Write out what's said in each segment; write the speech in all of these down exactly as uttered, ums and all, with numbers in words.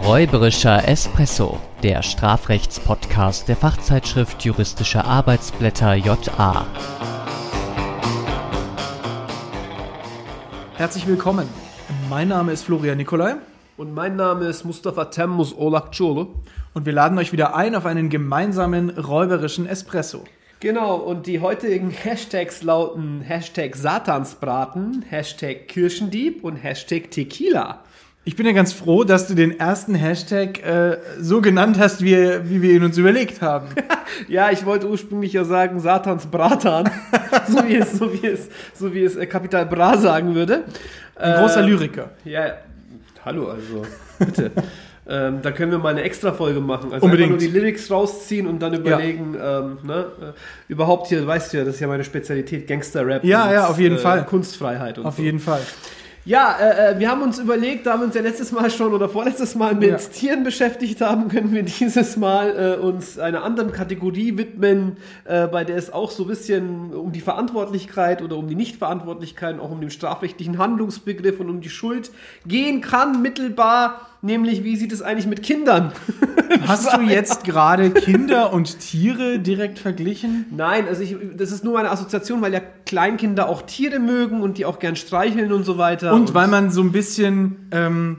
Räuberischer Espresso, der Strafrechtspodcast der Fachzeitschrift Juristische Arbeitsblätter J A. Herzlich willkommen. Mein Name ist Florian Nicolai. Und mein Name ist Mustafa Temmus Olakçoğlu. Und wir laden euch wieder ein auf einen gemeinsamen räuberischen Espresso. Genau, und die heutigen Hashtags lauten Hashtag Satansbraten, Hashtag Kirchendieb und Hashtag Tequila. Ich bin ja ganz froh, dass du den ersten Hashtag äh, so genannt hast, wie, wie wir ihn uns überlegt haben. Ja, ich wollte ursprünglich ja sagen Satansbratan, so wie es, so wie es, so wie es äh, Kapital Bra sagen würde. Ein äh, großer Lyriker. Ja, hallo, also bitte. Ähm, da können wir mal eine extra Folge machen. Also Unbedingt. Einfach nur die Lyrics rausziehen und dann überlegen, ja. ähm, ne, äh, überhaupt hier, weißt du ja, das ist ja meine Spezialität, Gangster-Rap. Ja, und, ja, auf jeden äh, Fall. Kunstfreiheit und Auf so. jeden Fall. Ja, äh, wir haben uns überlegt, da wir uns ja letztes Mal schon oder vorletztes Mal mit ja. Tieren beschäftigt haben, können wir dieses Mal äh, uns einer anderen Kategorie widmen, äh, bei der es auch so ein bisschen um die Verantwortlichkeit oder um die Nichtverantwortlichkeit, auch um den strafrechtlichen Handlungsbegriff und um die Schuld gehen kann, mittelbar, nämlich wie sieht es eigentlich mit Kindern? Hast du jetzt gerade Kinder und Tiere direkt verglichen? Nein, also ich, das ist nur eine Assoziation, weil ja Kleinkinder auch Tiere mögen und die auch gern streicheln und so weiter. Und, und weil man so ein bisschen ähm,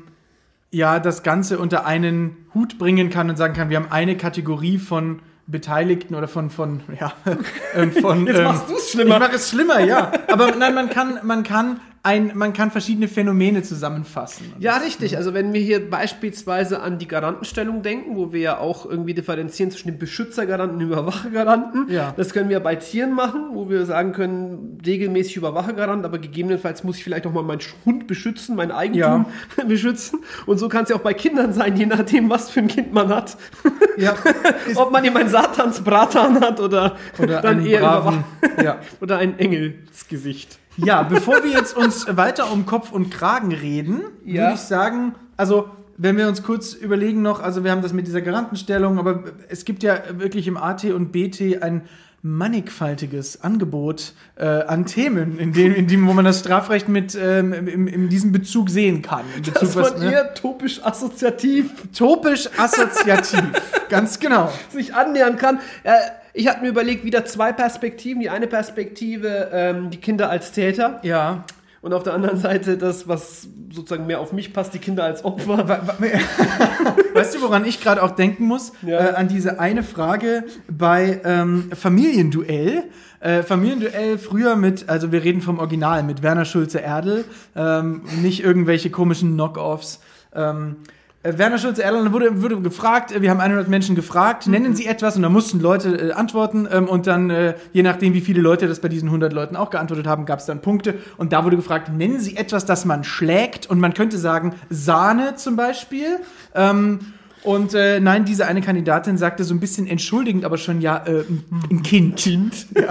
ja das Ganze unter einen Hut bringen kann und sagen kann, wir haben eine Kategorie von Beteiligten oder von, von ja, ähm, von... Jetzt ähm, machst du es schlimmer. Ich mache es schlimmer, ja. Aber nein, man kann, man kann ein, man kann verschiedene Phänomene zusammenfassen. Ja, richtig. Also wenn wir hier beispielsweise an die Garantenstellung denken, wo wir ja auch irgendwie differenzieren zwischen dem Beschützergaranten und dem Überwachergaranten. Ja. Das können wir bei Tieren machen, wo wir sagen können, regelmäßig Überwachergarant, aber gegebenenfalls muss ich vielleicht auch mal meinen Hund beschützen, mein Eigentum ja. beschützen. Und so kann es ja auch bei Kindern sein, je nachdem, was für ein Kind man hat. Ja. Ob man eben einen Satansbratan hat oder, oder dann einen eher braven, ja. oder ein Engelsgesicht. Ja, bevor wir jetzt uns weiter um Kopf und Kragen reden, ja. würde ich sagen, also wenn wir uns kurz überlegen noch, also wir haben das mit dieser Garantenstellung, aber es gibt ja wirklich im A T und B T ein mannigfaltiges Angebot äh, an Themen, in dem, in dem, wo man das Strafrecht mit ähm, in, in diesem Bezug sehen kann. In Bezug, das war was, ne? eher topisch assoziativ. Topisch assoziativ, ganz genau. Sich annähern kann. Äh, ich hatte mir überlegt, wieder zwei Perspektiven. Die eine Perspektive, ähm, die Kinder als Täter. Ja. Und auf der anderen Seite das, was sozusagen mehr auf mich passt, die Kinder als Opfer. Weißt du, woran ich gerade auch denken muss? Ja. Äh, an diese eine Frage bei ähm, Familienduell. Äh, Familienduell früher mit, also wir reden vom Original, mit Werner Schulze-Erdel, ähm, nicht irgendwelche komischen Knock-Offs. Ähm, Werner Schulze-Erdel wurde, wurde gefragt, wir haben hundert Menschen gefragt, nennen mhm. Sie etwas, und da mussten Leute äh, antworten ähm, und dann, äh, je nachdem wie viele Leute das bei diesen hundert Leuten auch geantwortet haben, gab es dann Punkte und da wurde gefragt, nennen Sie etwas, das man schlägt, und man könnte sagen, Sahne zum Beispiel. Ähm, und äh, nein, diese eine Kandidatin sagte so ein bisschen entschuldigend, aber schon, ja, äh, ein Kind. Kind. Ja.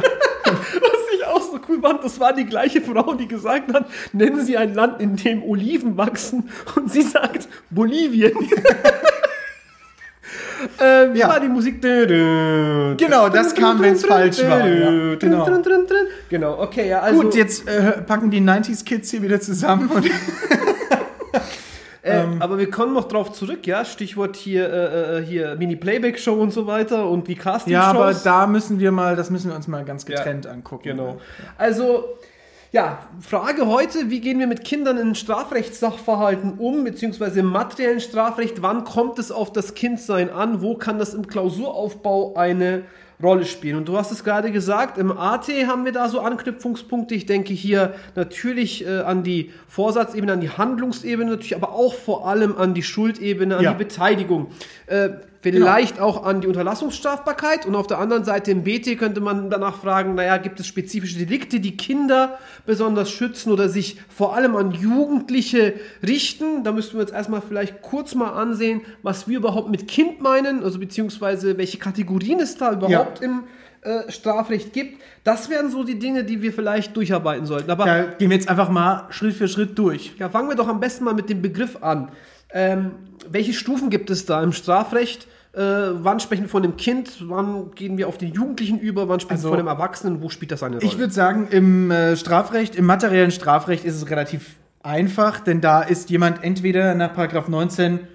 So cool fand, das war die gleiche Frau, die gesagt hat, nennen Sie ein Land, in dem Oliven wachsen, und sie sagt Bolivien. äh, wie ja. war die Musik? Genau, das kam, wenn es falsch war. Ja, genau. genau, okay, ja, also... Gut, jetzt äh, packen die neunziger Kids hier wieder zusammen und... Äh, ähm, aber wir kommen noch drauf zurück, ja, Stichwort hier, äh, hier Mini-Playback-Show und so weiter und die Casting-Shows. Ja, aber da müssen wir mal, das müssen wir uns mal ganz getrennt ja, angucken. Genau. Also, ja, Frage heute, wie gehen wir mit Kindern in Strafrechtssachverhalten um, beziehungsweise im materiellen Strafrecht, wann kommt es auf das Kindsein an, wo kann das im Klausuraufbau eine Rolle spielen? Und du hast es gerade gesagt, im A T haben wir da so Anknüpfungspunkte. Ich denke hier natürlich äh, an die Vorsatzebene, an die Handlungsebene, natürlich aber auch vor allem an die Schuldebene, an ja. die Beteiligung. Äh, vielleicht genau. auch an die Unterlassungsstrafbarkeit. Und auf der anderen Seite im B T könnte man danach fragen, naja, gibt es spezifische Delikte, die Kinder besonders schützen oder sich vor allem an Jugendliche richten? Da müssten wir jetzt erstmal vielleicht kurz mal ansehen, was wir überhaupt mit Kind meinen, also beziehungsweise welche Kategorien es da überhaupt ja. im äh, Strafrecht gibt. Das wären so die Dinge, die wir vielleicht durcharbeiten sollten. Aber da gehen wir jetzt einfach mal Schritt für Schritt durch. Ja, fangen wir doch am besten mal mit dem Begriff an. Ähm, welche Stufen gibt es da im Strafrecht? Äh, wann sprechen wir von dem Kind? Wann gehen wir auf den Jugendlichen über? Wann sprechen also, wir von dem Erwachsenen? Wo spielt das eine Rolle? Ich würde sagen, im äh, Strafrecht, im materiellen Strafrecht ist es relativ einfach, denn da ist jemand entweder nach Paragraph neunzehn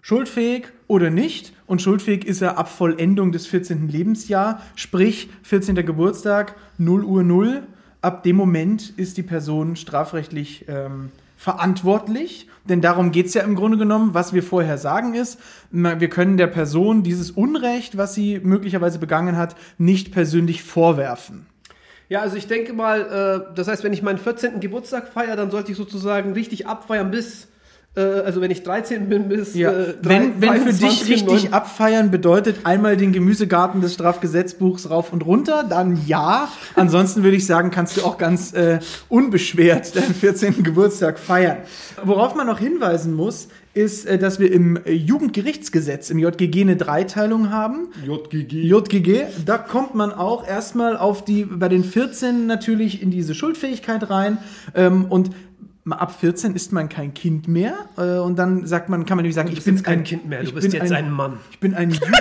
schuldfähig oder nicht. Und schuldfähig ist er ab Vollendung des vierzehnten Lebensjahr, sprich vierzehnten Geburtstag, null Uhr null. Ab dem Moment ist die Person strafrechtlich ähm, verantwortlich. Denn darum geht es ja im Grunde genommen. Was wir vorher sagen ist, wir können der Person dieses Unrecht, was sie möglicherweise begangen hat, nicht persönlich vorwerfen. Ja, also ich denke mal, äh, das heißt, wenn ich meinen vierzehnten Geburtstag feiere, dann sollte ich sozusagen richtig abfeiern bis, äh, also wenn ich dreizehn bin, bis ja. äh, Wenn, wenn für dich richtig neun abfeiern bedeutet, einmal den Gemüsegarten des Strafgesetzbuchs rauf und runter, dann ja. Ansonsten würde ich sagen, kannst du auch ganz äh, unbeschwert deinen vierzehnten Geburtstag feiern. Worauf man noch hinweisen muss, ist, äh, dass wir im äh, Jugendgerichtsgesetz, im J G G, eine Dreiteilung haben. J G G. J G G, da kommt man auch erstmal auf die, bei den vierzehn natürlich in diese Schuldfähigkeit rein ähm, und ab vierzehn ist man kein Kind mehr äh, und dann sagt man, kann man nämlich sagen, du ich bin kein ein Kind mehr, du ich bist bin jetzt ein, ein Mann. Ich bin ein Jugend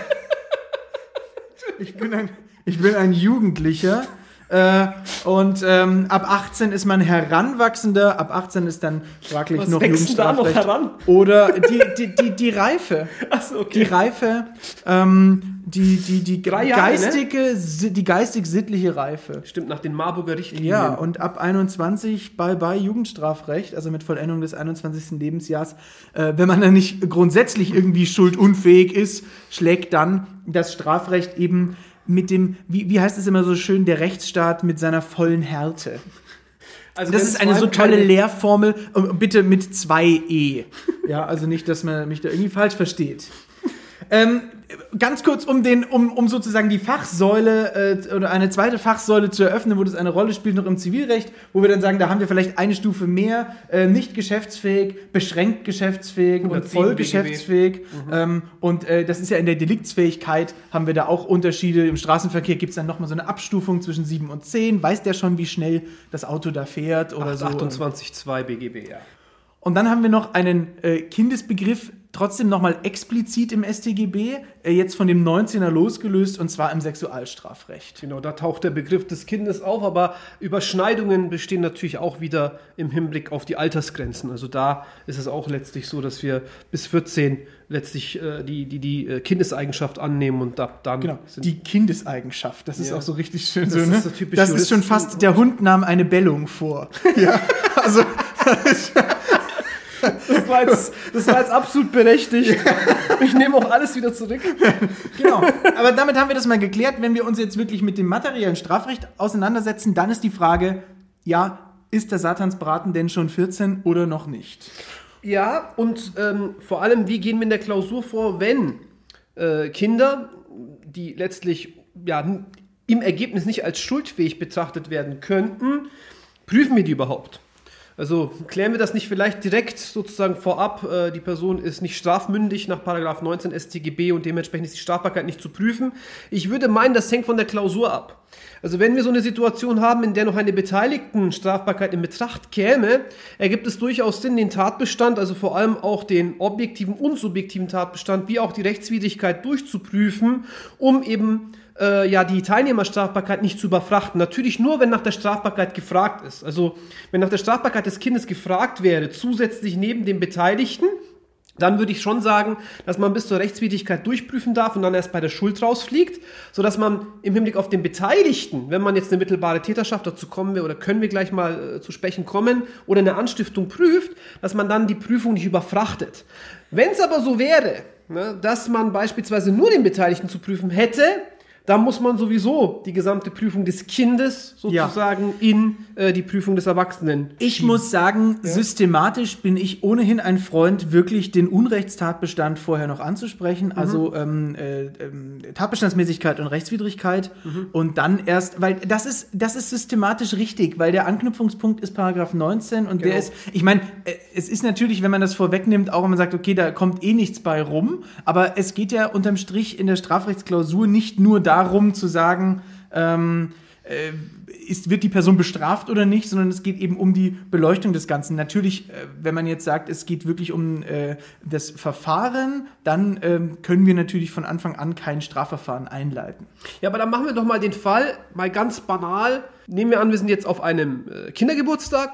ich bin ein ich bin ein Jugendlicher. Äh, und ähm, ab achtzehn ist man Heranwachsender, ab achtzehn ist dann fraglich Was noch wächst da noch Jugendstrafrecht. heran? Oder die, die, die, die Reife. Ach so, okay. Die Reife, ähm, die, die, die Drei Jahre, geistige, si- die geistig-sittliche Reife. Stimmt, nach den Marburger Richtlinien. Ja, und ab einundzwanzig bye bye Jugendstrafrecht, also mit Vollendung des einundzwanzigsten Lebensjahrs, äh, wenn man dann nicht grundsätzlich irgendwie schuldunfähig ist, schlägt dann das Strafrecht eben mit dem, wie, wie heißt es immer so schön, der Rechtsstaat mit seiner vollen Härte. Also Das wenn ist es eine vor so allem tolle keine- Lehrformel, äh, bitte mit zwei E. Ja, also nicht, dass man mich da irgendwie falsch versteht. Ähm, ganz kurz, um den, um, um sozusagen die Fachsäule äh, oder eine zweite Fachsäule zu eröffnen, wo das eine Rolle spielt, noch im Zivilrecht, wo wir dann sagen, da haben wir vielleicht eine Stufe mehr, äh, nicht geschäftsfähig, beschränkt geschäftsfähig und hundertsieben voll B G B. geschäftsfähig. Mhm. Ähm, und äh, das ist ja in der Deliktsfähigkeit, haben wir da auch Unterschiede. Im Straßenverkehr gibt es dann nochmal so eine Abstufung zwischen sieben und zehn. Weiß der schon, wie schnell das Auto da fährt oder so? achtundzwanzig Punkt zwei B G B, ja. Und dann haben wir noch einen äh, Kindesbegriff, trotzdem nochmal explizit im S t G B, äh, jetzt von dem neunzehner losgelöst, und zwar im Sexualstrafrecht. Genau, da taucht der Begriff des Kindes auf, aber Überschneidungen bestehen natürlich auch wieder im Hinblick auf die Altersgrenzen. Also da ist es auch letztlich so, dass wir bis vierzehn letztlich äh, die, die, die äh, Kindeseigenschaft annehmen und ab dann Genau, sind die Kindeseigenschaft, das ist Ja. auch so richtig schön. Das so, ist ne? so typisch Das ist schon Juristen. fast, der Hund nahm eine Bellung vor. Ja, also Das war jetzt, das war jetzt absolut berechtigt. Ich nehme auch alles wieder zurück. genau. Aber damit haben wir das mal geklärt. Wenn wir uns jetzt wirklich mit dem materiellen Strafrecht auseinandersetzen, dann ist die Frage, ja, ist der Satansbraten denn schon vierzehn oder noch nicht? Ja, und ähm, vor allem, wie gehen wir in der Klausur vor, wenn äh, Kinder, die letztlich ja, n- im Ergebnis nicht als schuldfähig betrachtet werden könnten, prüfen wir die überhaupt? Also klären wir das nicht vielleicht direkt sozusagen vorab, äh, die Person ist nicht strafmündig nach Paragraph neunzehn S t G B und dementsprechend ist die Strafbarkeit nicht zu prüfen. Ich würde meinen, das hängt von der Klausur ab. Also wenn wir so eine Situation haben, in der noch eine Beteiligtenstrafbarkeit in Betracht käme, ergibt es durchaus Sinn, den Tatbestand, also vor allem auch den objektiven und subjektiven Tatbestand, wie auch die Rechtswidrigkeit durchzuprüfen, um eben äh, ja die Teilnehmerstrafbarkeit nicht zu überfrachten. Natürlich nur, wenn nach der Strafbarkeit gefragt ist. Also wenn nach der Strafbarkeit des Kindes gefragt wäre, zusätzlich neben dem Beteiligten, dann würde ich schon sagen, dass man bis zur Rechtswidrigkeit durchprüfen darf und dann erst bei der Schuld rausfliegt, sodass man im Hinblick auf den Beteiligten, wenn man jetzt eine mittelbare Täterschaft, dazu kommen wir oder können wir gleich mal äh, zu sprechen kommen, oder eine Anstiftung prüft, dass man dann die Prüfung nicht überfrachtet. Wenn es aber so wäre, ne, dass man beispielsweise nur den Beteiligten zu prüfen hätte, da muss man sowieso die gesamte Prüfung des Kindes sozusagen ja. in äh, die Prüfung des Erwachsenen Ich schieben. muss sagen, Ja. systematisch bin ich ohnehin ein Freund, wirklich den Unrechtstatbestand vorher noch anzusprechen, mhm. also ähm, äh, ähm, Tatbestandsmäßigkeit und Rechtswidrigkeit mhm. und dann erst, weil das ist das ist systematisch richtig, weil der Anknüpfungspunkt ist Paragraph neunzehn und Genau. der ist, ich meine, äh, es ist natürlich, wenn man das vorwegnimmt, auch wenn man sagt, okay, da kommt eh nichts bei rum, aber es geht ja unterm Strich in der Strafrechtsklausur nicht nur darum zu sagen, ähm, äh, ist, wird die Person bestraft oder nicht, sondern es geht eben um die Beleuchtung des Ganzen. Natürlich, äh, wenn man jetzt sagt, es geht wirklich um äh, das Verfahren, dann ähm, können wir natürlich von Anfang an kein Strafverfahren einleiten. Ja, aber dann machen wir doch mal den Fall, mal ganz banal. Nehmen wir an, wir sind jetzt auf einem äh, Kindergeburtstag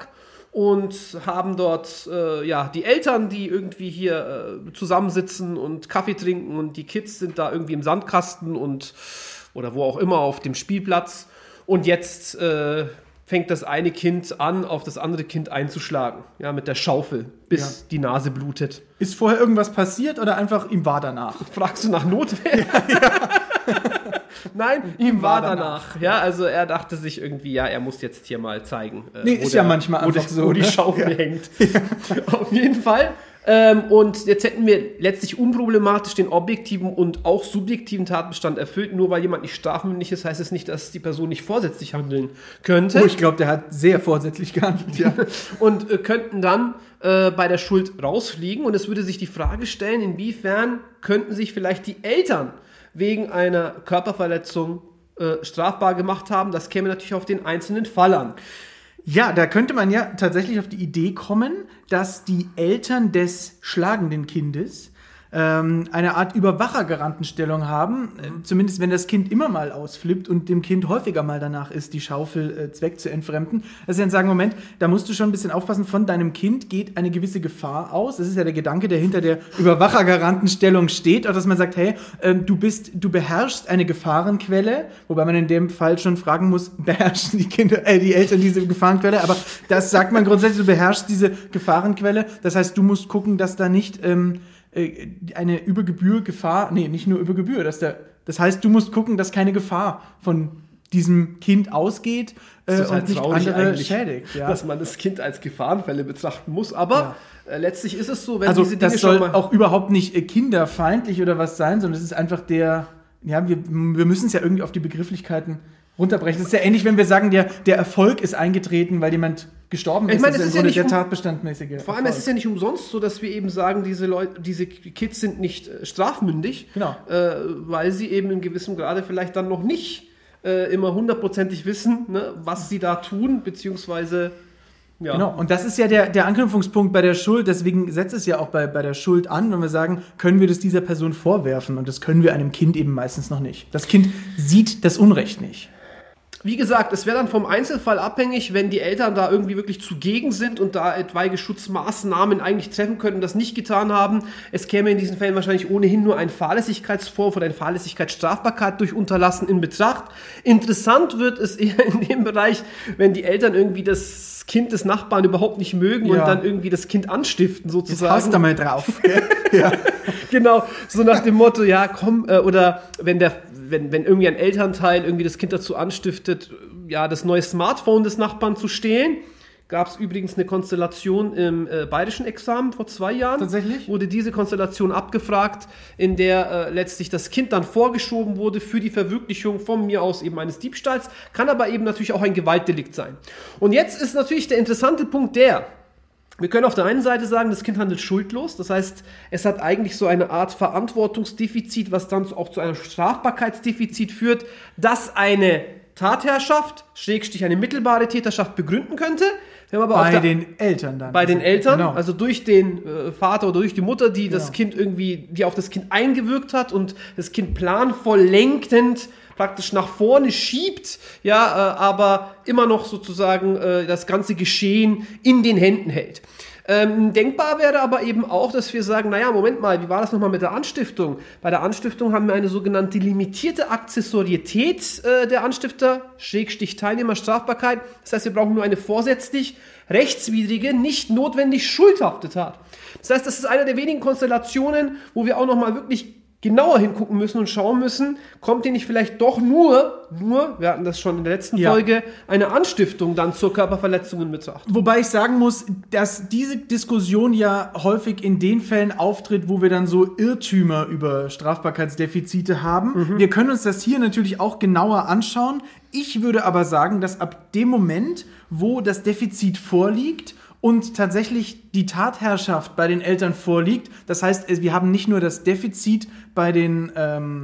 und haben dort äh, ja die Eltern, die irgendwie hier äh, zusammensitzen und Kaffee trinken und die Kids sind da irgendwie im Sandkasten und oder wo auch immer auf dem Spielplatz und jetzt äh, fängt das eine Kind an, auf das andere Kind einzuschlagen, ja, mit der Schaufel, bis ja. die Nase blutet. Ist vorher irgendwas passiert oder einfach ihm war danach? Fragst du nach Notwehr? Ja, ja. Nein, ihm war danach. danach. Ja, also er dachte sich irgendwie, ja, er muss jetzt hier mal zeigen. Äh, nee, ist der, ja manchmal einfach wo, so. Wo die Schaufel ja. hängt. Ja. Auf jeden Fall. Ähm, und jetzt hätten wir letztlich unproblematisch den objektiven und auch subjektiven Tatbestand erfüllt. Nur weil jemand nicht strafmündig ist, heißt es nicht, dass die Person nicht vorsätzlich handeln könnte. Oh, ich glaube, der hat sehr vorsätzlich gehandelt, ja. Und äh, könnten dann äh, bei der Schuld rausfliegen. Und es würde sich die Frage stellen, inwiefern könnten sich vielleicht die Eltern wegen einer Körperverletzung äh, strafbar gemacht haben. Das käme natürlich auf den einzelnen Fall an. Ja, da könnte man ja tatsächlich auf die Idee kommen, dass die Eltern des schlagenden Kindes ähm, eine Art Überwachergarantenstellung haben, äh, zumindest wenn das Kind immer mal ausflippt und dem Kind häufiger mal danach ist, die Schaufel äh, Zweck zu entfremden. Dass sie dann sagen, Moment, da musst du schon ein bisschen aufpassen, von deinem Kind geht eine gewisse Gefahr aus. Das ist ja der Gedanke, der hinter der Überwachergarantenstellung steht, auch dass man sagt, hey, äh, du bist, du beherrschst eine Gefahrenquelle, wobei man in dem Fall schon fragen muss, beherrschen die Kinder, äh, die Eltern diese Gefahrenquelle, aber das sagt man grundsätzlich, du beherrschst diese Gefahrenquelle, das heißt, du musst gucken, dass da nicht ähm, eine über Gebühr Gefahr, nee, nicht nur über Gebühr, dass der, das heißt, du musst gucken, dass keine Gefahr von diesem Kind ausgeht äh, das ist halt und nicht andere schädigt. Ja. Dass man das Kind als Gefahrenfälle betrachten muss, aber ja. äh, letztlich ist es so, wenn also diese Dinge das soll schon mal auch überhaupt nicht äh, kinderfeindlich oder was sein, sondern es ist einfach der, ja, wir, wir müssen es ja irgendwie auf die Begrifflichkeiten runterbrechen. Das ist ja ähnlich, wenn wir sagen, der, der Erfolg ist eingetreten, weil jemand gestorben ist. Ich meine, das es ist ist ja nicht der um, tatbestandmäßige Vor allem, Erfolg. es ist ja nicht umsonst so, dass wir eben sagen, diese Leute, diese Kids sind nicht äh, strafmündig, genau. äh, weil sie eben in gewissem Grade vielleicht dann noch nicht äh, immer hundertprozentig wissen, ne, was sie da tun, beziehungsweise ja. Genau, und das ist ja der, der Anknüpfungspunkt bei der Schuld, deswegen setzt es ja auch bei, bei der Schuld an, wenn wir sagen, können wir das dieser Person vorwerfen, und das können wir einem Kind eben meistens noch nicht. Das Kind sieht das Unrecht nicht. Wie gesagt, es wäre dann vom Einzelfall abhängig, wenn die Eltern da irgendwie wirklich zugegen sind und da etwaige Schutzmaßnahmen eigentlich treffen können und das nicht getan haben. Es käme in diesen Fällen wahrscheinlich ohnehin nur ein Fahrlässigkeitsvorwurf oder eine Fahrlässigkeitsstrafbarkeit durch Unterlassen in Betracht. Interessant wird es eher in dem Bereich, wenn die Eltern irgendwie das Kind des Nachbarn überhaupt nicht mögen ja. und dann irgendwie das Kind anstiften sozusagen. Jetzt passt da mal drauf. Ja. Genau, so nach dem Motto, ja komm, äh, oder wenn der Wenn, wenn irgendwie ein Elternteil irgendwie das Kind dazu anstiftet, ja, das neue Smartphone des Nachbarn zu stehlen. Gab es übrigens eine Konstellation im äh, bayerischen Examen vor zwei Jahren. Tatsächlich? Wurde diese Konstellation abgefragt, in der äh, letztlich das Kind dann vorgeschoben wurde für die Verwirklichung von mir aus eben eines Diebstahls. Kann aber eben natürlich auch ein Gewaltdelikt sein. Und jetzt ist natürlich der interessante Punkt der, wir können auf der einen Seite sagen, das Kind handelt schuldlos, das heißt, es hat eigentlich so eine Art Verantwortungsdefizit, was dann auch zu einem Strafbarkeitsdefizit führt, das eine Tatherrschaft, Schrägstrich eine mittelbare Täterschaft begründen könnte. Wir haben aber bei auf der, den Eltern dann. Bei den Eltern, genau. also durch den äh, Vater oder durch die Mutter, die genau. das Kind irgendwie, die auf das Kind eingewirkt hat und das Kind planvoll lenkend praktisch nach vorne schiebt, ja, äh, aber immer noch sozusagen äh, das ganze Geschehen in den Händen hält. Ähm, denkbar wäre aber eben auch, dass wir sagen, naja, Moment mal, wie war das nochmal mit der Anstiftung? Bei der Anstiftung haben wir eine sogenannte limitierte Accessorietät äh, der Anstifter, Schrägstrich Teilnehmerstrafbarkeit. Das heißt, wir brauchen nur eine vorsätzlich rechtswidrige, nicht notwendig schuldhafte Tat. Das heißt, das ist eine der wenigen Konstellationen, wo wir auch nochmal wirklich genauer hingucken müssen und schauen müssen, kommt hier nicht vielleicht doch nur, nur, wir hatten das schon in der letzten ja. Folge, eine Anstiftung dann zur Körperverletzung in Betracht. Wobei ich sagen muss, dass diese Diskussion ja häufig in den Fällen auftritt, wo wir dann so Irrtümer über Strafbarkeitsdefizite haben. Mhm. Wir können uns das hier natürlich auch genauer anschauen. Ich würde aber sagen, dass ab dem Moment, wo das Defizit vorliegt, und tatsächlich die Tatherrschaft bei den Eltern vorliegt. Das heißt, wir haben nicht nur das Defizit bei den, ähm,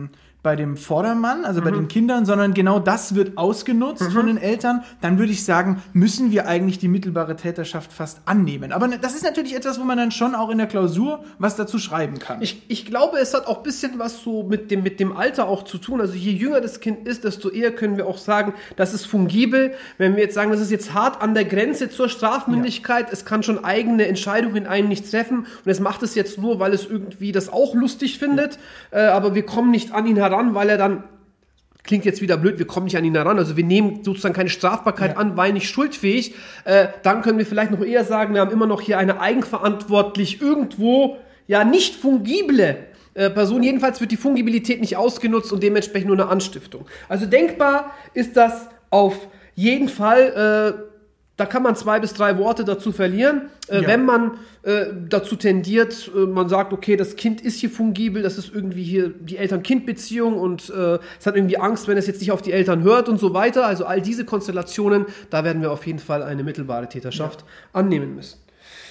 bei dem Vordermann, also Mhm. bei den Kindern, sondern genau das wird ausgenutzt mhm. von den Eltern, dann würde ich sagen, müssen wir eigentlich die mittelbare Täterschaft fast annehmen. Aber das ist natürlich etwas, wo man dann schon auch in der Klausur was dazu schreiben kann. Ich, ich glaube, es hat auch ein bisschen was so mit dem, mit dem Alter auch zu tun. Also je jünger das Kind ist, desto eher können wir auch sagen, das ist fungibel. Wenn wir jetzt sagen, das ist jetzt hart an der Grenze zur Strafmündigkeit, ja. es kann schon eigene Entscheidungen in einem nicht treffen und es macht es jetzt nur, weil es irgendwie das auch lustig findet, ja. äh, aber wir kommen nicht an ihn heran, weil er dann, klingt jetzt wieder blöd, wir kommen nicht an ihn heran, also wir nehmen sozusagen keine Strafbarkeit ja. an, weil nicht schuldfähig, äh, dann können wir vielleicht noch eher sagen, wir haben immer noch hier eine eigenverantwortlich irgendwo ja nicht fungible äh, Person, jedenfalls wird die Fungibilität nicht ausgenutzt und dementsprechend nur eine Anstiftung. Also denkbar ist das auf jeden Fall, äh, da kann man zwei bis drei Worte dazu verlieren, äh, ja. wenn man äh, dazu tendiert, äh, man sagt, okay, das Kind ist hier fungibel, das ist irgendwie hier die Eltern-Kind-Beziehung und äh, es hat irgendwie Angst, wenn es jetzt nicht auf die Eltern hört und so weiter. Also all diese Konstellationen, da werden wir auf jeden Fall eine mittelbare Täterschaft ja. annehmen müssen.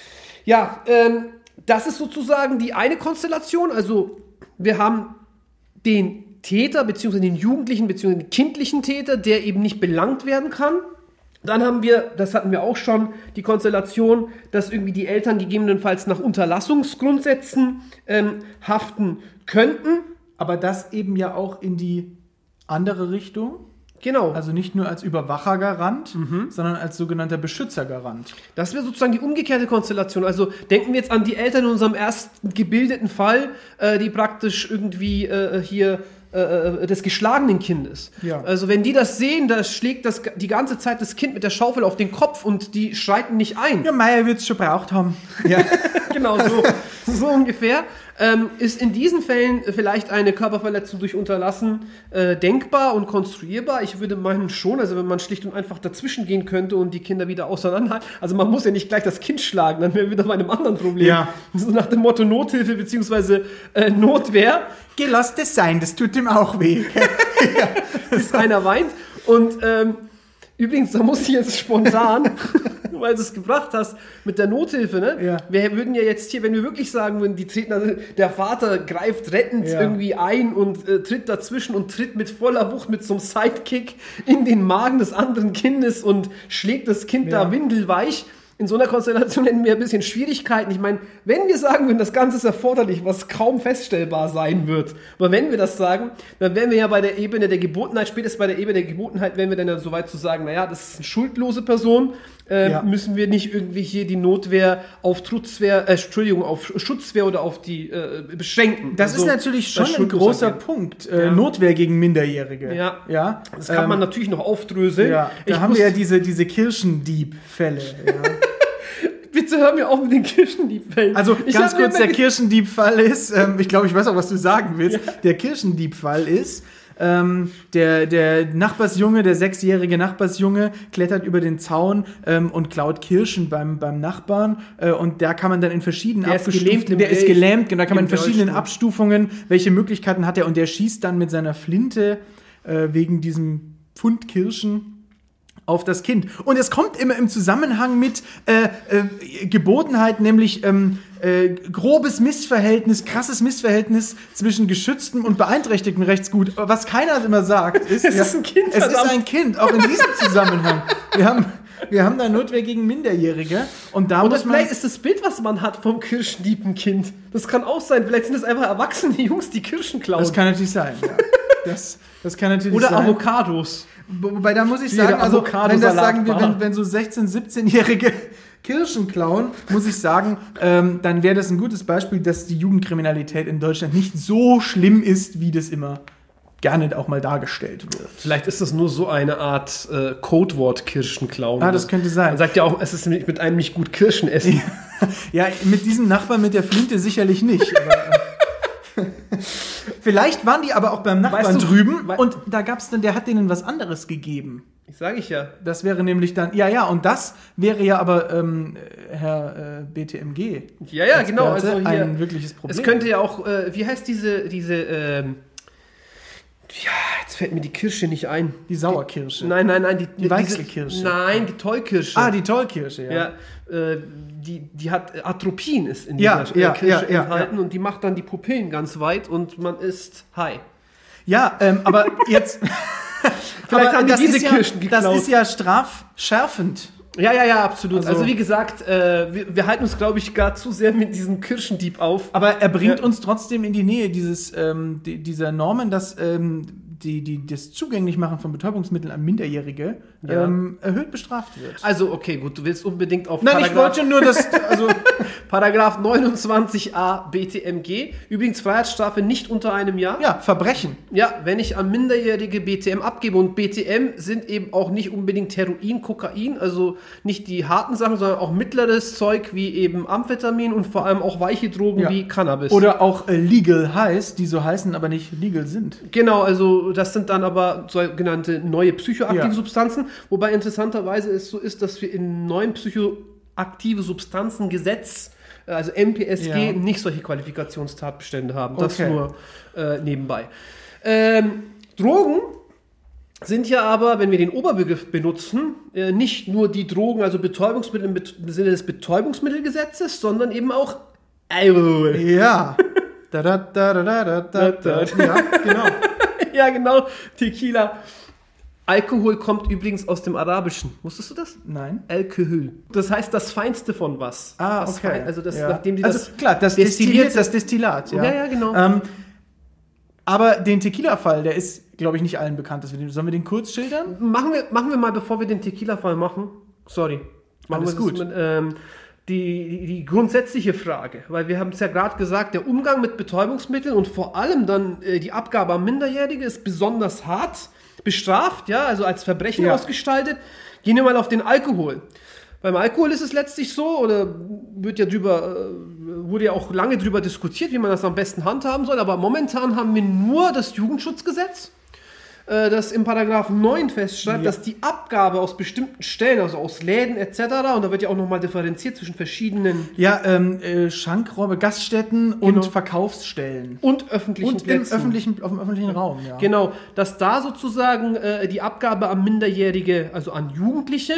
Ja, ähm, das ist sozusagen die eine Konstellation. Also wir haben den Täter, beziehungsweise den Jugendlichen, beziehungsweise den kindlichen Täter, der eben nicht belangt werden kann. Dann haben wir, das hatten wir auch schon, die Konstellation, dass irgendwie die Eltern gegebenenfalls nach Unterlassungsgrundsätzen ähm, haften könnten. Aber das eben ja auch in die andere Richtung. Genau. Also nicht nur als Überwachergarant, mhm. sondern als sogenannter Beschützergarant. Das wäre sozusagen die umgekehrte Konstellation. Also denken wir jetzt an die Eltern in unserem ersten gebildeten Fall, äh, die praktisch irgendwie äh, hier des geschlagenen Kindes. Ja. Also wenn die das sehen, da schlägt das die ganze Zeit das Kind mit der Schaufel auf den Kopf und die schreiten nicht ein. Ja, Meier wird es schon braucht haben. Ja. Genau, so, so ungefähr. Ähm, ist in diesen Fällen vielleicht eine Körperverletzung durch Unterlassen äh, denkbar und konstruierbar? Ich würde meinen schon, also wenn man schlicht und einfach dazwischen gehen könnte und die Kinder wieder auseinanderhalten. Also man muss ja nicht gleich das Kind schlagen, dann wären wir wieder bei einem anderen Problem. Ja. So nach dem Motto Nothilfe bzw. Äh, Notwehr. Geh, lass das sein, das tut ihm auch weh. Ja, bis einer weint. Und ähm, übrigens, da muss ich jetzt spontan, weil du es gebracht hast, mit der Nothilfe, ne? Ja. Wir würden ja jetzt hier, wenn wir wirklich sagen würden, die treten, also der Vater greift rettend ja. irgendwie ein und äh, tritt dazwischen und tritt mit voller Wucht mit so einem Sidekick in den Magen des anderen Kindes und schlägt das Kind ja. da windelweich. In so einer Konstellation hätten wir ein bisschen Schwierigkeiten. Ich meine, wenn wir sagen würden, das Ganze ist erforderlich, was kaum feststellbar sein wird, aber wenn wir das sagen, dann wären wir ja bei der Ebene der Gebotenheit, spätestens bei der Ebene der Gebotenheit wären wir dann ja so weit zu sagen, naja, das ist eine schuldlose Person, äh, ja. müssen wir nicht irgendwie hier die Notwehr auf Trutzwehr, äh, Entschuldigung, auf Schutzwehr oder auf die äh, beschränken. Das also, ist natürlich schon ein großer gehen. Punkt. Äh, ja. Notwehr gegen Minderjährige. Ja, ja? Das kann ähm, man natürlich noch aufdröseln. Ja. Da ich haben wir ja diese, diese Kirchendieb-Fälle. Ja. Bitte hör mir auf mit den Kirchendiebfällen. Also ich ganz kurz, der Kirchendiebfall ist, ähm, ich glaube, ich weiß auch, was du sagen willst. Ja. Der Kirchendiebfall ist, ähm, der, der Nachbarsjunge, der sechsjährige Nachbarsjunge klettert über den Zaun ähm, und klaut Kirschen beim, beim Nachbarn. Äh, und da kann man dann in verschiedenen der Abstufungen, ist der ist gelähmt, genau, da kann man in verschiedenen Abstufungen, welche Möglichkeiten hat er, und der schießt dann mit seiner Flinte äh, wegen diesem Pfund Kirschen auf das Kind. Und es kommt immer im Zusammenhang mit äh, äh, Gebotenheit, nämlich ähm, äh, grobes Missverhältnis, krasses Missverhältnis zwischen geschütztem und beeinträchtigtem Rechtsgut. Was keiner immer sagt, ist, es ja, ist ein Kind. Es ist ein Kind, auch in diesem Zusammenhang. Wir haben, wir haben da Notwehr gegen Minderjährige. Und da Oder muss man, vielleicht ist das Bild, was man hat vom Kirschendieben-Kind. Das kann auch sein. Vielleicht sind das einfach erwachsene Jungs, die Kirschen klauen. Das kann natürlich sein, ja. Das, das kann natürlich Oder sein. Oder Avocados. Wobei, da muss ich sagen, also wenn das sagen wir, wenn, wenn so sechzehn-, siebzehnjährige Kirschen klauen, muss ich sagen, ähm, dann wäre das ein gutes Beispiel, dass die Jugendkriminalität in Deutschland nicht so schlimm ist, wie das immer gerne auch mal dargestellt wird. Vielleicht ist das nur so eine Art äh, Codewort Kirschen klauen. Ah, das könnte sein. Man sagt ja auch, es ist mit einem nicht gut Kirschen essen. Ja, mit diesem Nachbarn mit der Flinte sicherlich nicht. Aber, vielleicht waren die aber auch beim Nachbarn weißt du, drüben und da gab's dann, der hat denen was anderes gegeben. Ich sage ich ja. Das wäre nämlich dann, ja, ja, und das wäre ja aber, ähm, Herr äh, B T M G. Ja, ja, genau. Also hier, ein wirkliches Problem. Es könnte ja auch, äh, wie heißt diese, diese, ähm, ja, jetzt fällt mir die Kirsche nicht ein. Die Sauerkirsche. Die, nein, nein, nein. Die, die Weichselkirsche. Diese, nein, die Tollkirsche. Ah, die Tollkirsche, ja. Ja, äh, die, die hat, Atropin ist in ja, dieser ja, Kirsche ja, enthalten ja. und die macht dann die Pupillen ganz weit und man ist high. Ja, ähm, aber jetzt... Vielleicht aber haben die das diese ist ja, Kirschen geklaut. Das ist ja strafschärfend. Ja, ja, ja, absolut. Also, Also- wie gesagt, äh, wir, wir halten uns, glaube ich, gar zu sehr mit diesem Kirschendieb auf. Aber er bringt Ja. uns trotzdem in die Nähe dieses, ähm, die, dieser Normen, dass ähm, die, die, das Zugänglichmachen von Betäubungsmitteln an Minderjährige Ja. ähm, erhöht bestraft wird. Also, okay, gut, du willst unbedingt auf Nein, ich wollte nur das, also Paragraph neunundzwanzig a B T M G. Übrigens Freiheitsstrafe nicht unter einem Jahr. ja, Verbrechen. Ja, wenn ich an Minderjährige B T M abgebe, und B T M sind eben auch nicht unbedingt Heroin, Kokain, also nicht die harten Sachen, sondern auch mittleres Zeug wie eben Amphetamin und vor allem auch weiche Drogen Ja. wie Cannabis. Oder auch äh, legal heißt, die so heißen, aber nicht legal sind. Genau, also das sind dann aber sogenannte neue psychoaktive Ja. Substanzen, wobei interessanterweise es so ist, dass wir im neuen psychoaktive Substanzengesetz, also M P S G, Ja. nicht solche Qualifikationstatbestände haben. Das Okay. nur äh, nebenbei. Ähm, Drogen sind ja aber, wenn wir den Oberbegriff benutzen, äh, nicht nur die Drogen, also Betäubungsmittel im, Bet- im Sinne des Betäubungsmittelgesetzes, sondern eben auch Alkohol. Ja. da, da, da, da, da, da, da, da. Ja, genau. Ja, genau, Tequila. Alkohol kommt übrigens aus dem Arabischen. Wusstest du das? Nein. Alkohol. Das heißt das Feinste von was. Ah, das okay. Fein, also das, ja. nachdem die also das klar, das destilliert Destilliert, das Destillat, ja. Ja, ja, genau. Ähm, aber den Tequila-Fall, der ist, glaube ich, nicht allen bekannt. Dass wir den, sollen wir den kurz schildern? Machen wir, machen wir mal, bevor wir den Tequila-Fall machen. Sorry. Machen Alles wir das gut. Mit, ähm, die, die, die grundsätzliche Frage, weil wir haben es ja gerade gesagt, der Umgang mit Betäubungsmitteln und vor allem dann äh, die Abgabe an Minderjährige ist besonders hart bestraft, ja, also als Verbrechen Ja. ausgestaltet. Gehen wir mal auf den Alkohol. Beim Alkohol ist es letztlich so, oder wird ja drüber, äh, wurde ja auch lange drüber diskutiert, wie man das am besten handhaben soll, aber momentan haben wir nur das Jugendschutzgesetz, äh, das im Paragraph neun festschreibt, Ja. dass die Abgabe aus bestimmten Stellen, also aus Läden et cetera, und da wird ja auch nochmal differenziert zwischen verschiedenen Ja, ähm, äh, Schankräume, Gaststätten und Genau. Verkaufsstellen. und öffentlichen Und im Plätzen. öffentlichen, auf dem öffentlichen Raum, ja. Genau, dass da sozusagen äh, die Abgabe an Minderjährige, also an Jugendliche,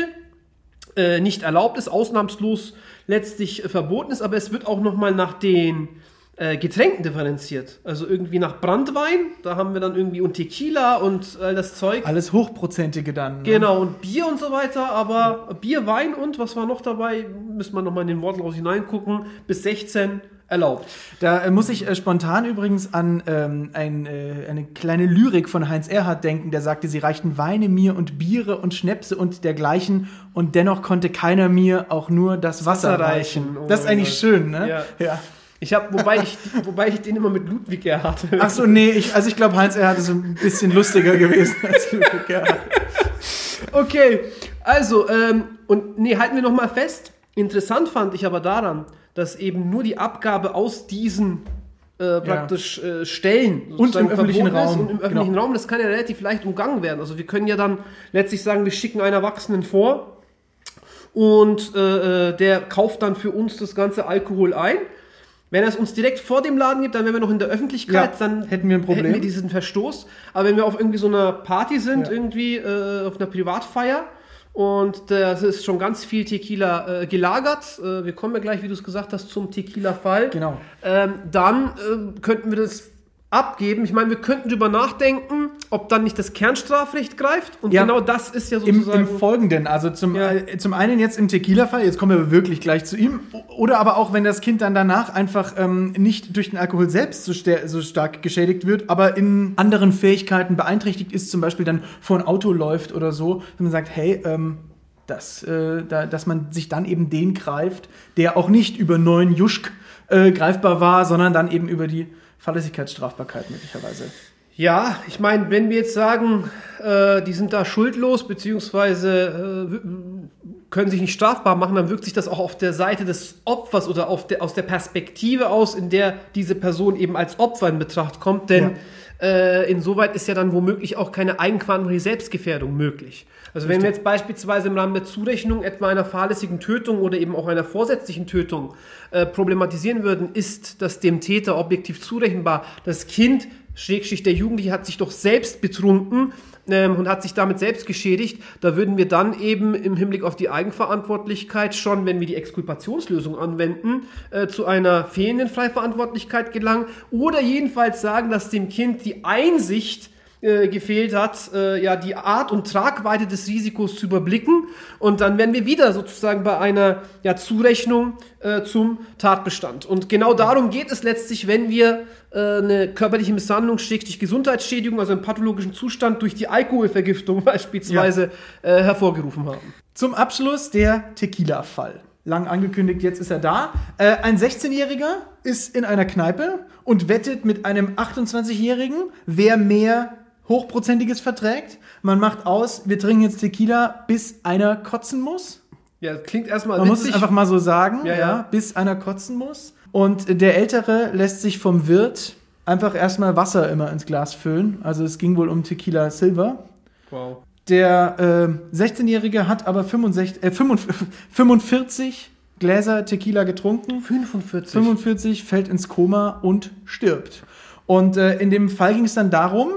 äh, nicht erlaubt ist, ausnahmslos letztlich äh, verboten ist, aber es wird auch nochmal nach den äh, Getränken differenziert. Also irgendwie nach Brandwein, da haben wir dann irgendwie und Tequila und all das Zeug. Alles Hochprozentige dann. Ne? Genau, und Bier und so weiter, aber Bier, Wein und was war noch dabei? Müssen wir nochmal in den Wortlaut hineingucken. Bis sechzehn erlaubt. Da äh, muss ich äh, spontan übrigens an ähm, ein, äh, eine kleine Lyrik von Heinz Erhardt denken, der sagte, sie reichten Weine mir und Biere und Schnäpse und dergleichen und dennoch konnte keiner mir auch nur das Wasser, Wasser reichen. reichen. Oh Das ist mein eigentlich Gott. schön, ne? Ja. ja. Ich habe, wobei ich, wobei ich den immer mit Ludwig Erhard. Ach so, nee, ich, also ich glaube, Heinz Erhardt ist ein bisschen lustiger gewesen als Ludwig Erhard. Okay, also, ähm, und nee, halten wir noch mal fest. Interessant fand ich aber daran, dass eben nur die Abgabe aus diesen äh, praktisch äh, Stellen Und im öffentlichen verboten ist Raum. und im öffentlichen Genau. Raum, das kann ja relativ leicht umgangen werden. Also wir können ja dann letztlich sagen, wir schicken einen Erwachsenen vor und äh, äh, der kauft dann für uns das ganze Alkohol ein. Wenn er es uns direkt vor dem Laden gibt, dann wären wir noch in der Öffentlichkeit, Ja, dann hätten wir ein Problem. hätten wir diesen Verstoß. Aber wenn wir auf irgendwie so einer Party sind, Ja. irgendwie äh, auf einer Privatfeier und da ist schon ganz viel Tequila äh, gelagert, äh, wir kommen ja gleich, wie du es gesagt hast, zum Tequila-Fall, Genau. ähm, dann äh, könnten wir das abgeben. Ich meine, wir könnten drüber nachdenken, ob dann nicht das Kernstrafrecht greift und Ja. genau das ist ja Im, sozusagen... Im Folgenden, also zum, Ja. äh, zum einen jetzt im Tequila-Fall, jetzt kommen wir wirklich gleich zu ihm, oder aber auch, wenn das Kind dann danach einfach ähm, nicht durch den Alkohol selbst so, ster- so stark geschädigt wird, aber in anderen Fähigkeiten beeinträchtigt ist, zum Beispiel dann vor ein Auto läuft oder so, wenn man sagt, hey, ähm, das, äh, da, dass man sich dann eben den greift, der auch nicht über neun Juschk äh, greifbar war, sondern dann eben über die Fahrlässigkeitsstrafbarkeit möglicherweise. Ja, ich meine, wenn wir jetzt sagen, äh, die sind da schuldlos, beziehungsweise äh, w- können sich nicht strafbar machen, dann wirkt sich das auch auf der Seite des Opfers oder auf der, aus der Perspektive aus, in der diese Person eben als Opfer in Betracht kommt. Denn äh, insoweit ist ja dann womöglich auch keine eigenverantwortliche Selbstgefährdung möglich. Also wenn wir jetzt beispielsweise im Rahmen der Zurechnung etwa einer fahrlässigen Tötung oder eben auch einer vorsätzlichen Tötung äh, problematisieren würden, ist das dem Täter objektiv zurechenbar. Das Kind Schrägstrich der Jugendliche hat sich doch selbst betrunken ähm, und hat sich damit selbst geschädigt, da würden wir dann eben im Hinblick auf die Eigenverantwortlichkeit schon, wenn wir die Exkulpationslösung anwenden, äh, zu einer fehlenden Freiverantwortlichkeit gelangen oder jedenfalls sagen, dass dem Kind die Einsicht äh, gefehlt hat, äh, ja, die Art und Tragweite des Risikos zu überblicken und dann wären wir wieder sozusagen bei einer ja, Zurechnung äh, zum Tatbestand. Und genau darum geht es letztlich, wenn wir äh, eine körperliche Misshandlung, Schrägstrich Gesundheitsschädigung, also einen pathologischen Zustand durch die Alkoholvergiftung beispielsweise ja. äh, hervorgerufen haben. Zum Abschluss der Tequila-Fall. Lang angekündigt, jetzt ist er da. Äh, ein sechzehnjähriger ist in einer Kneipe und wettet mit einem achtundzwanzigjährigen, wer mehr Hochprozentiges verträgt. Man macht aus, wir trinken jetzt Tequila, bis einer kotzen muss. Ja, das klingt erstmal Man witzig. muss es einfach mal so sagen, ja, ja, ja. bis einer kotzen muss. Und der Ältere lässt sich vom Wirt einfach erstmal Wasser immer ins Glas füllen. Also es ging wohl um Tequila Silver. Wow. Der äh, sechzehnjährige hat aber fünfundsechzig, äh, fünfundvierzig Gläser Tequila getrunken. fünfundvierzig. fünfundvierzig, fällt ins Koma und stirbt. Und äh, in dem Fall ging es dann darum,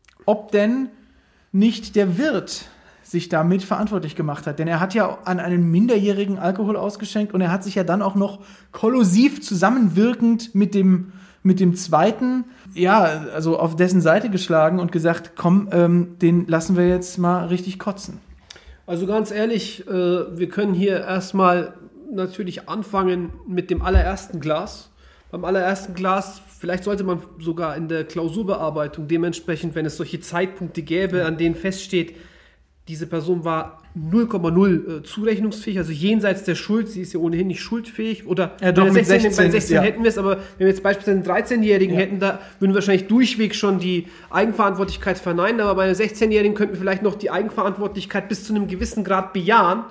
ob denn nicht der Wirt sich damit verantwortlich gemacht hat. Denn er hat ja an einen Minderjährigen Alkohol ausgeschenkt und er hat sich ja dann auch noch kollusiv zusammenwirkend mit dem, mit dem Zweiten, ja, also auf dessen Seite geschlagen und gesagt, komm, ähm, den lassen wir jetzt mal richtig kotzen. Also ganz ehrlich, äh, wir können hier erstmal natürlich anfangen mit dem allerersten Glas. Beim allerersten Glas, vielleicht sollte man sogar in der Klausurbearbeitung dementsprechend, wenn es solche Zeitpunkte gäbe, an denen feststeht, diese Person war null Komma null äh, zurechnungsfähig, also jenseits der Schuld, sie ist ja ohnehin nicht schuldfähig, oder ja, doch, bei mit sechzehn, sechzehn, bei sechzehn ja. hätten wir es, aber wenn wir jetzt beispielsweise einen dreizehnjährigen Ja. hätten, da würden wir wahrscheinlich durchweg schon die Eigenverantwortlichkeit verneinen, aber bei einem sechzehnjährigen könnten wir vielleicht noch die Eigenverantwortlichkeit bis zu einem gewissen Grad bejahen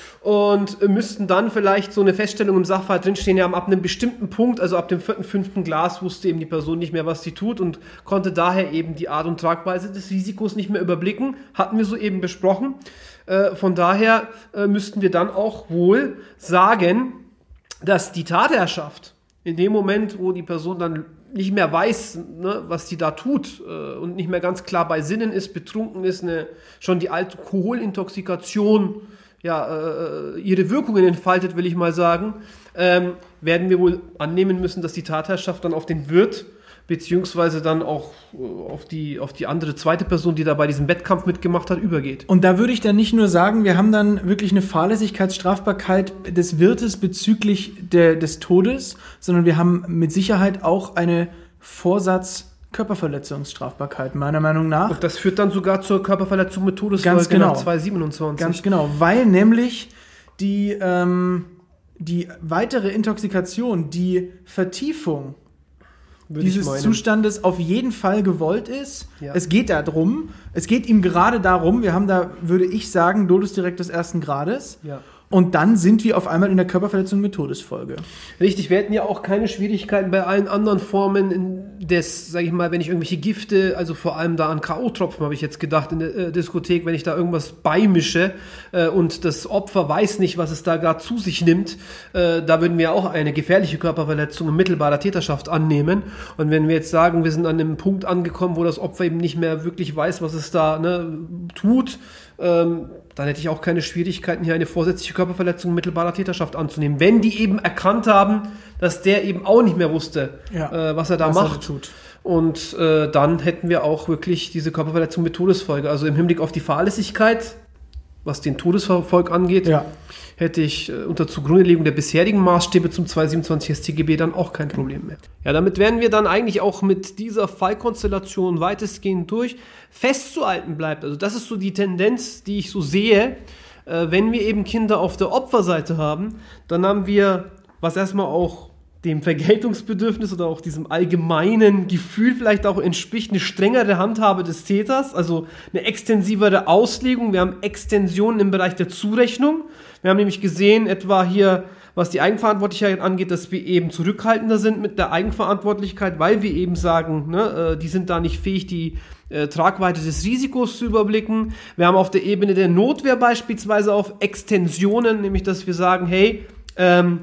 und müssten dann vielleicht so eine Feststellung im Sachverhalt drinstehen, ja, ab einem bestimmten Punkt, also ab dem vierten, fünften Glas wusste eben die Person nicht mehr, was sie tut und konnte daher eben die Art und Tragweise des Risikos nicht mehr überblicken, hatten wir soeben besprochen. Äh, von daher äh, müssten wir dann auch wohl sagen, dass die Tatherrschaft in dem Moment, wo die Person dann nicht mehr weiß, ne, was sie da tut äh, und nicht mehr ganz klar bei Sinnen ist, betrunken ist, eine, schon die Alkoholintoxikation ja, äh, ihre Wirkungen entfaltet, will ich mal sagen, ähm, werden wir wohl annehmen müssen, dass die Tatherrschaft dann auf den Wirt beziehungsweise dann auch äh, auf die, auf die andere zweite Person, die da bei diesem Wettkampf mitgemacht hat, übergeht. Und da würde ich dann nicht nur sagen, wir haben dann wirklich eine Fahrlässigkeitsstrafbarkeit des Wirtes bezüglich der, des Todes, sondern wir haben mit Sicherheit auch eine Vorsatz- Körperverletzungsstrafbarkeit, meiner Meinung nach. Und das führt dann sogar zur Körperverletzung mit Todesfolge Ganz genau. nach zweihundertsiebenundzwanzig. Ganz genau, weil nämlich die, ähm, die weitere Intoxikation, die Vertiefung Würde ich dieses meinen. Zustandes auf jeden Fall gewollt ist. Ja. Es geht darum, es geht ihm gerade darum, wir haben da, würde ich sagen, Dolus direkt des ersten Grades. Ja. Und dann sind wir auf einmal in der Körperverletzung mit Todesfolge. Richtig, wir hätten ja auch keine Schwierigkeiten bei allen anderen Formen in des, sag ich mal, wenn ich irgendwelche Gifte, also vor allem da an K O-Tropfen habe ich jetzt gedacht in der äh, Diskothek, wenn ich da irgendwas beimische äh, und das Opfer weiß nicht, was es da gerade zu sich nimmt, äh, da würden wir auch eine gefährliche Körperverletzung in mittelbarer Täterschaft annehmen. Und wenn wir jetzt sagen, wir sind an einem Punkt angekommen, wo das Opfer eben nicht mehr wirklich weiß, was es da ne, tut, ähm, dann hätte ich auch keine Schwierigkeiten, hier eine vorsätzliche Körperverletzung in mittelbarer Täterschaft anzunehmen. Wenn die eben erkannt haben, dass der eben auch nicht mehr wusste, Ja, äh, was er da was er macht. tut. Und äh, dann hätten wir auch wirklich diese Körperverletzung mit Todesfolge. Also im Hinblick auf die Fahrlässigkeit, was den Todesverfolg angeht, Ja. hätte ich äh, unter Zugrundelegung der bisherigen Maßstäbe zum zweihundertsiebenundzwanzig S t G B dann auch kein Problem mehr. Ja, damit wären wir dann eigentlich auch mit dieser Fallkonstellation weitestgehend durch. Festzuhalten bleibt, also das ist so die Tendenz, die ich so sehe, äh, wenn wir eben Kinder auf der Opferseite haben, dann haben wir, was erstmal auch dem Vergeltungsbedürfnis oder auch diesem allgemeinen Gefühl vielleicht auch entspricht, eine strengere Handhabe des Täters, also eine extensivere Auslegung. Wir haben Extensionen im Bereich der Zurechnung. Wir haben nämlich gesehen, etwa hier, was die Eigenverantwortlichkeit angeht, dass wir eben zurückhaltender sind mit der Eigenverantwortlichkeit, weil wir eben sagen, ne, äh, die sind da nicht fähig, die äh, Tragweite des Risikos zu überblicken. Wir haben auf der Ebene der Notwehr beispielsweise auf Extensionen, nämlich dass wir sagen, hey, ähm,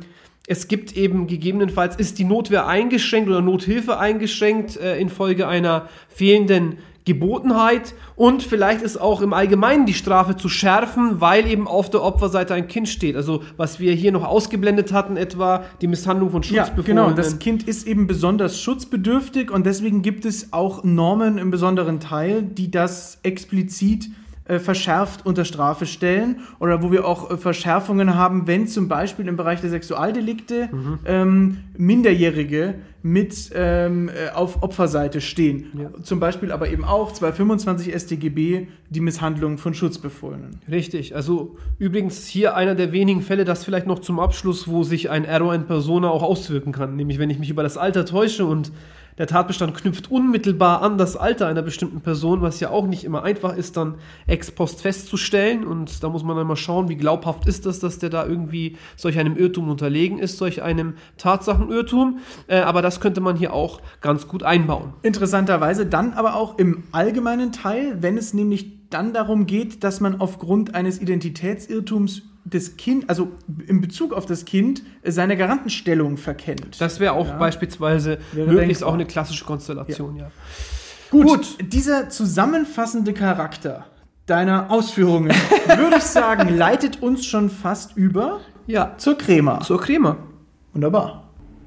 Es gibt eben gegebenenfalls, ist die Notwehr eingeschränkt oder Nothilfe eingeschränkt äh, infolge einer fehlenden Gebotenheit, und vielleicht ist auch im Allgemeinen die Strafe zu schärfen, weil eben auf der Opferseite ein Kind steht. Also was wir hier noch ausgeblendet hatten, etwa die Misshandlung von Schutzbefohlenen. Ja, genau, das Kind ist eben besonders schutzbedürftig und deswegen gibt es auch Normen im besonderen Teil, die das explizit äh, verschärft unter Strafe stellen, oder wo wir auch äh, Verschärfungen haben, wenn zum Beispiel im Bereich der Sexualdelikte mhm. ähm, Minderjährige mit ähm, auf Opferseite stehen. Ja. Zum Beispiel aber eben auch zweihundertfünfundzwanzig S t G B, die Misshandlung von Schutzbefohlenen. Richtig, also übrigens hier einer der wenigen Fälle, das vielleicht noch zum Abschluss, wo sich ein Error in persona auch auswirken kann. Nämlich wenn ich mich über das Alter täusche und der Tatbestand knüpft unmittelbar an das Alter einer bestimmten Person, was ja auch nicht immer einfach ist, dann ex post festzustellen. Und da muss man dann mal schauen, wie glaubhaft ist das, dass der da irgendwie solch einem Irrtum unterlegen ist, solch einem Tatsachenirrtum. Äh, aber das könnte man hier auch ganz gut einbauen. Interessanterweise dann aber auch im allgemeinen Teil, wenn es nämlich dann darum geht, dass man aufgrund eines Identitätsirrtums das Kind, also in Bezug auf das Kind, seine Garantenstellung verkennt. Das wäre auch ja. beispielsweise wäre möglichst auch eine klassische Konstellation, ja. ja. Gut, Gut, dieser zusammenfassende Charakter deiner Ausführungen, würde ich sagen, leitet uns schon fast über ja. zur Crema. Zur Crema. Wunderbar.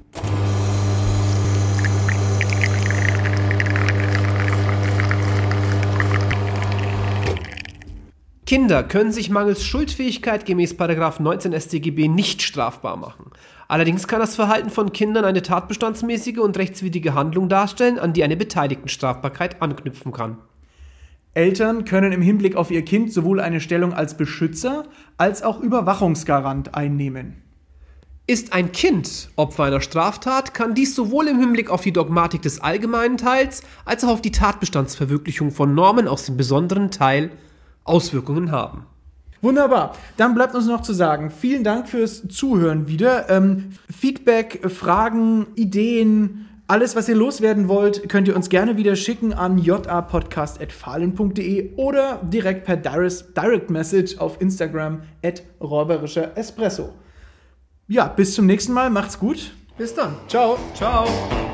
Kinder können sich mangels Schuldfähigkeit gemäß Paragraph neunzehn S t G B nicht strafbar machen. Allerdings kann das Verhalten von Kindern eine tatbestandsmäßige und rechtswidrige Handlung darstellen, an die eine Beteiligtenstrafbarkeit anknüpfen kann. Eltern können im Hinblick auf ihr Kind sowohl eine Stellung als Beschützer als auch Überwachungsgarant einnehmen. Ist ein Kind Opfer einer Straftat, kann dies sowohl im Hinblick auf die Dogmatik des allgemeinen Teils als auch auf die Tatbestandsverwirklichung von Normen aus dem besonderen Teil Auswirkungen haben. Wunderbar. Dann bleibt uns noch zu sagen, vielen Dank fürs Zuhören wieder. Ähm, Feedback, Fragen, Ideen, alles, was ihr loswerden wollt, könnt ihr uns gerne wieder schicken an j a podcast at fahlen punkt d e oder direkt per Direct Message auf Instagram at räuberischer Espresso. Ja, bis zum nächsten Mal. Macht's gut. Bis dann. Ciao. Ciao.